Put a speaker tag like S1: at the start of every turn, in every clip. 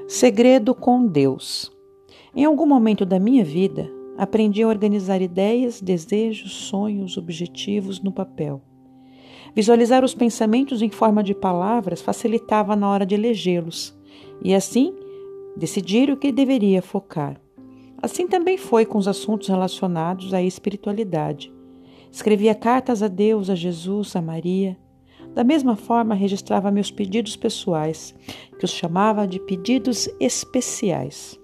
S1: Segredo com Deus. Em algum momento da minha vida, aprendi a organizar ideias, desejos, sonhos, objetivos no papel. Visualizar os pensamentos em forma de palavras facilitava na hora de elegê-los e, assim, decidir o que deveria focar. Assim também foi com os assuntos relacionados à espiritualidade. Escrevia cartas a Deus, a Jesus, a Maria. Da mesma forma, registrava meus pedidos pessoais, que os chamava de pedidos especiais.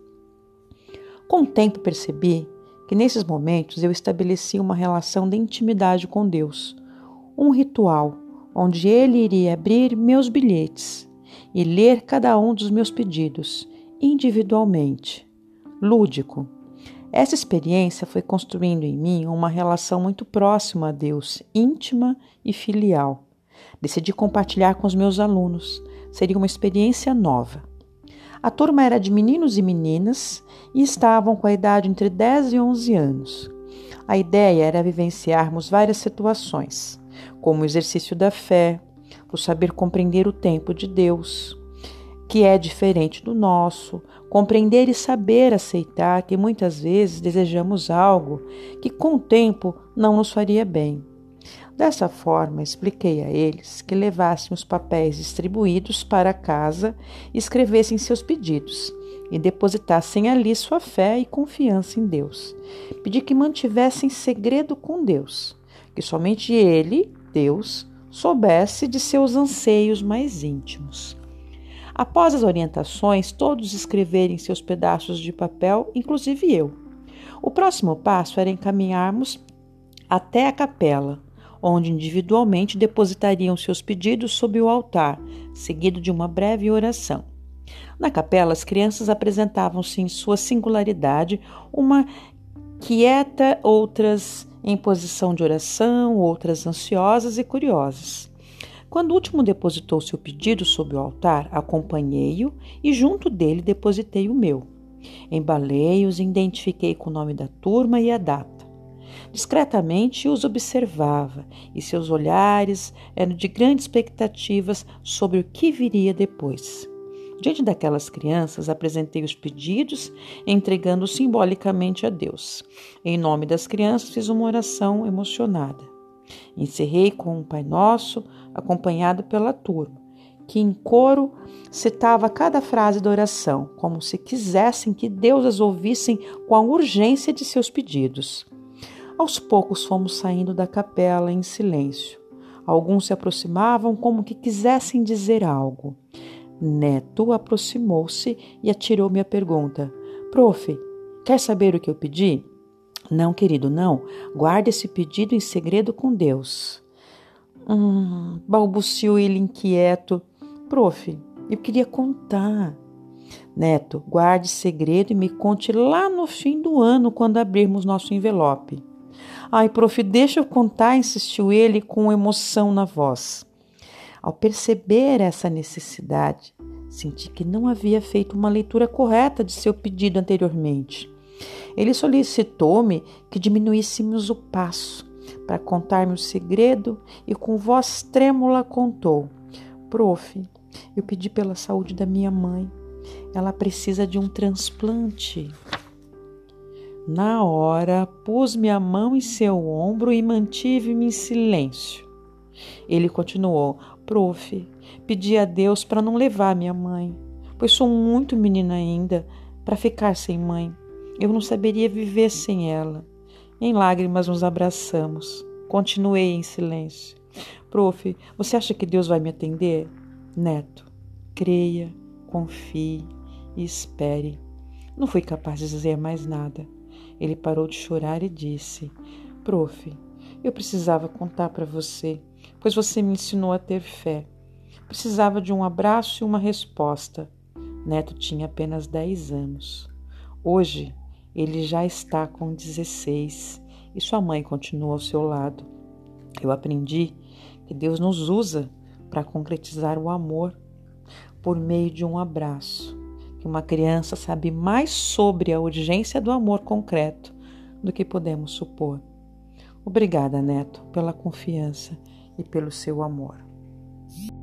S1: Com o tempo percebi que nesses momentos eu estabelecia uma relação de intimidade com Deus, um ritual onde Ele iria abrir meus bilhetes e ler cada um dos meus pedidos, individualmente. Lúdico. Essa experiência foi construindo em mim uma relação muito próxima a Deus, íntima e filial. Decidi compartilhar com os meus alunos. Seria uma experiência nova. A turma era de meninos e meninas e estavam com a idade entre 10 e 11 anos. A ideia era vivenciarmos várias situações, como o exercício da fé, o saber compreender o tempo de Deus, que é diferente do nosso, compreender e saber aceitar que muitas vezes desejamos algo que com o tempo não nos faria bem. Dessa forma, expliquei a eles que levassem os papéis distribuídos para casa, escrevessem seus pedidos e depositassem ali sua fé e confiança em Deus. Pedi que mantivessem segredo com Deus, que somente Ele, Deus, soubesse de seus anseios mais íntimos. Após as orientações, todos escreverem seus pedaços de papel, inclusive eu. O próximo passo era encaminharmos até a capela, onde individualmente depositariam seus pedidos sob o altar, seguido de uma breve oração. Na capela, as crianças apresentavam-se em sua singularidade, uma quieta, outras em posição de oração, outras ansiosas e curiosas. Quando o último depositou seu pedido sob o altar, acompanhei-o e junto dele depositei o meu. Embalei-os e identifiquei com o nome da turma e a data. Discretamente os observava e seus olhares eram de grandes expectativas sobre o que viria depois. Diante daquelas crianças, apresentei os pedidos, entregando-os simbolicamente a Deus. Em nome das crianças, fiz uma oração emocionada. Encerrei com um Pai Nosso, acompanhado pela turma, que em coro citava cada frase da oração, como se quisessem que Deus as ouvisse com a urgência de seus pedidos. Aos poucos fomos saindo da capela em silêncio. Alguns se aproximavam como que quisessem dizer algo. Neto aproximou-se e atirou-me a pergunta: Prof, quer saber o que eu pedi? Não, querido, não. Guarde esse pedido em segredo com Deus. Balbuciou ele inquieto. Prof, eu queria contar. Neto, guarde segredo e me conte lá no fim do ano, quando abrirmos nosso envelope. Ai, prof, deixa eu contar, insistiu ele com emoção na voz. Ao perceber essa necessidade, senti que não havia feito uma leitura correta de seu pedido anteriormente. Ele solicitou-me que diminuíssemos o passo para contar-me o segredo e com voz trêmula contou. Prof, eu pedi pela saúde da minha mãe. Ela precisa de um transplante. Na hora, pus minha mão em seu ombro e mantive-me em silêncio. Ele continuou. Prof, pedi a Deus para não levar minha mãe, pois sou muito menina ainda para ficar sem mãe. Eu não saberia viver sem ela. Em lágrimas nos abraçamos. Continuei em silêncio. Prof, você acha que Deus vai me atender? Neto, creia, confie e espere. Não fui capaz de dizer mais nada. Ele parou de chorar e disse: Prof, eu precisava contar para você, pois você me ensinou a ter fé. Precisava de um abraço e uma resposta. Neto tinha apenas 10 anos. Hoje, ele já está com 16 e sua mãe continua ao seu lado. Eu aprendi que Deus nos usa para concretizar o amor por meio de um abraço, que uma criança sabe mais sobre a urgência do amor concreto do que podemos supor. Obrigada, Neto, pela confiança e pelo seu amor.